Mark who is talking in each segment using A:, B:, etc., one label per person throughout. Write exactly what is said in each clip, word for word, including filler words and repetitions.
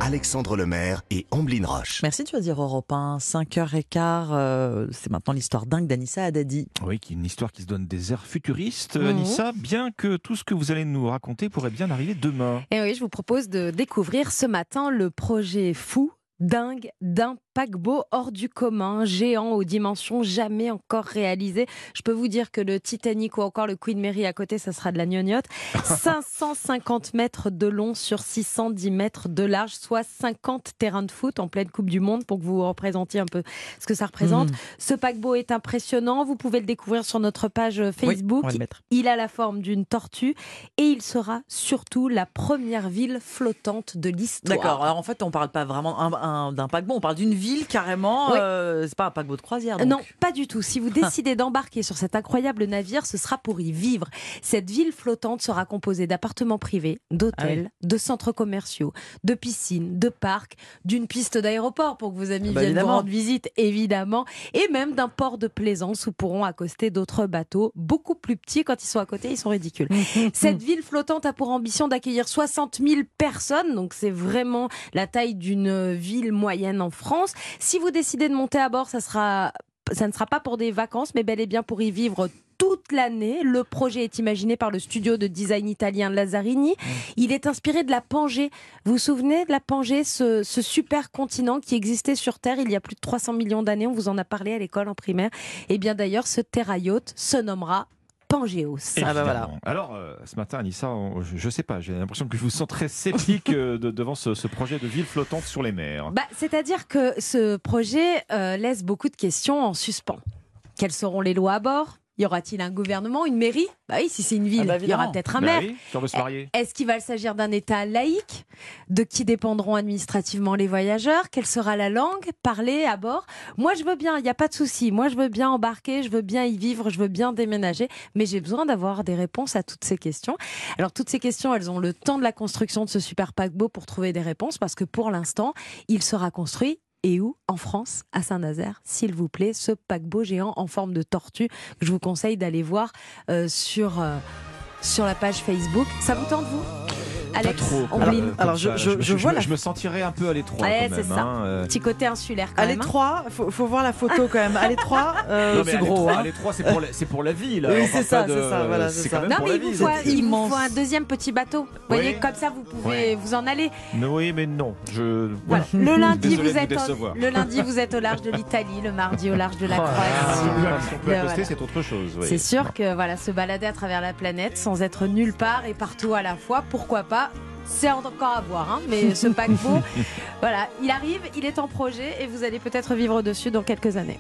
A: Alexandre Lemaire et Amblin Roche.
B: Merci de choisir Europe un, cinq heures quinze, euh, c'est maintenant l'histoire dingue d'Anissa Haddadi.
C: Oui, qui est une histoire qui se donne des airs futuristes.
D: Mmh.
C: Anissa, bien que tout ce que vous allez nous raconter pourrait bien arriver demain.
D: Et oui, je vous propose de découvrir ce matin le projet fou, dingue, d'un paquebot hors du commun, géant aux dimensions jamais encore réalisées. Je peux vous dire que le Titanic ou encore le Queen Mary à côté, ça sera de la gnognotte. cinq cent cinquante mètres de long sur six cent dix mètres de large, soit cinquante terrains de foot en pleine Coupe du Monde, pour que vous représentiez un peu ce que ça représente. Mmh. Ce paquebot est impressionnant, vous pouvez le découvrir sur notre page Facebook. Oui, il a la forme d'une tortue et il sera surtout la première ville flottante de l'histoire.
B: D'accord, alors en fait on ne parle pas vraiment un, un, d'un paquebot, on parle d'une ville carrément, oui. euh, c'est pas un paquebot de croisière donc.
D: Non, pas du tout. Si vous décidez d'embarquer sur cet incroyable navire, ce sera pour y vivre. Cette ville flottante sera composée d'appartements privés, d'hôtels, ah oui. de centres commerciaux, de piscines, de parcs, d'une piste d'aéroport pour que vos amis bah viennent évidemment. vous rendre visite, évidemment, et même d'un port de plaisance où pourront accoster d'autres bateaux beaucoup plus petits. Quand ils sont à côté, ils sont ridicules. Cette ville flottante a pour ambition d'accueillir soixante mille personnes, donc c'est vraiment la taille d'une ville moyenne en France. Si vous décidez de monter à bord, ça sera, ça ne sera pas pour des vacances, mais bel et bien pour y vivre toute l'année. Le projet est imaginé par le studio de design italien Lazzarini. Il est inspiré de la Pangée. Vous vous souvenez de la Pangée, ce, ce super continent qui existait sur Terre il y a plus de trois cents millions d'années. On vous en a parlé à l'école en primaire. Et bien d'ailleurs, ce terrayacht se nommera Pangéos.
C: Ah bah voilà. Alors, euh, ce matin, Anissa, on, je, je sais pas, j'ai l'impression que je vous sens très sceptique euh, de, devant ce, ce projet de ville flottante sur les mers.
D: Bah, c'est-à-dire que ce projet euh, laisse beaucoup de questions en suspens. Quelles seront les lois à bord ? Y aura-t-il un gouvernement, une mairie ? Bah oui, si c'est une ville, ah bah il y aura peut-être un
C: bah
D: maire.
C: Oui, si on veut se marier.
D: Est-ce qu'il va s'agir d'un État laïque ? De qui dépendront administrativement les voyageurs ? Quelle sera la langue parlée à bord ? Moi, je veux bien, il n'y a pas de souci. Moi, je veux bien embarquer, je veux bien y vivre, je veux bien déménager. Mais j'ai besoin d'avoir des réponses à toutes ces questions. Alors, toutes ces questions, elles ont le temps de la construction de ce super paquebot pour trouver des réponses. Parce que pour l'instant, il sera construit. Et où ? En France, à Saint-Nazaire, s'il vous plaît, ce paquebot géant en forme de tortue que je vous conseille d'aller voir euh, sur, euh, sur la page Facebook. Ça vous tente, vous ? Alex,
C: pas trop.
D: Alors,
C: alors,
B: alors je, je,
C: je,
B: je,
C: je,
B: vois
C: je,
B: la...
C: je me sentirais un peu à l'étroit.
D: Ouais,
C: quand
D: c'est
C: même,
D: ça.
C: Hein, euh...
D: Petit côté insulaire quand
B: à
D: même. À
B: l'étroit, il faut, faut voir la photo quand même. À l'étroit, euh, c'est gros.
C: À l'étroit, c'est pour, la, c'est pour la ville.
B: Oui, c'est ça, de... c'est ça. Voilà,
C: c'est
B: c'est
C: quand
B: ça.
C: même
D: non,
C: pour
D: mais
C: la
D: il vous,
C: ville.
D: faut un, il vous faut un deuxième petit bateau. Vous oui. voyez, comme ça, vous pouvez oui. vous en aller.
C: Oui, mais non. Je...
D: Voilà. Le, lundi, vous êtes
C: vous
D: au... le lundi, vous êtes au large de l'Italie. Le mardi, au large de la
C: oh,
D: Croatie.
C: Si on peut accoster, voilà. c'est autre chose. Oui.
D: C'est sûr que voilà, se balader à travers la planète sans être nulle part et partout à la fois, pourquoi pas ? C'est encore à voir, hein, mais ce paquebot, voilà, il arrive, il est en projet et vous allez peut-être vivre dessus dans quelques années.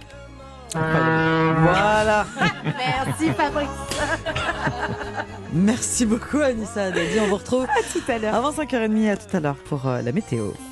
B: Voilà.
D: Merci Fabrice.
B: Merci beaucoup Anissa Haddadi. On vous retrouve
D: à tout à l'heure.
B: Avant cinq heures trente, à tout à l'heure pour euh, la météo.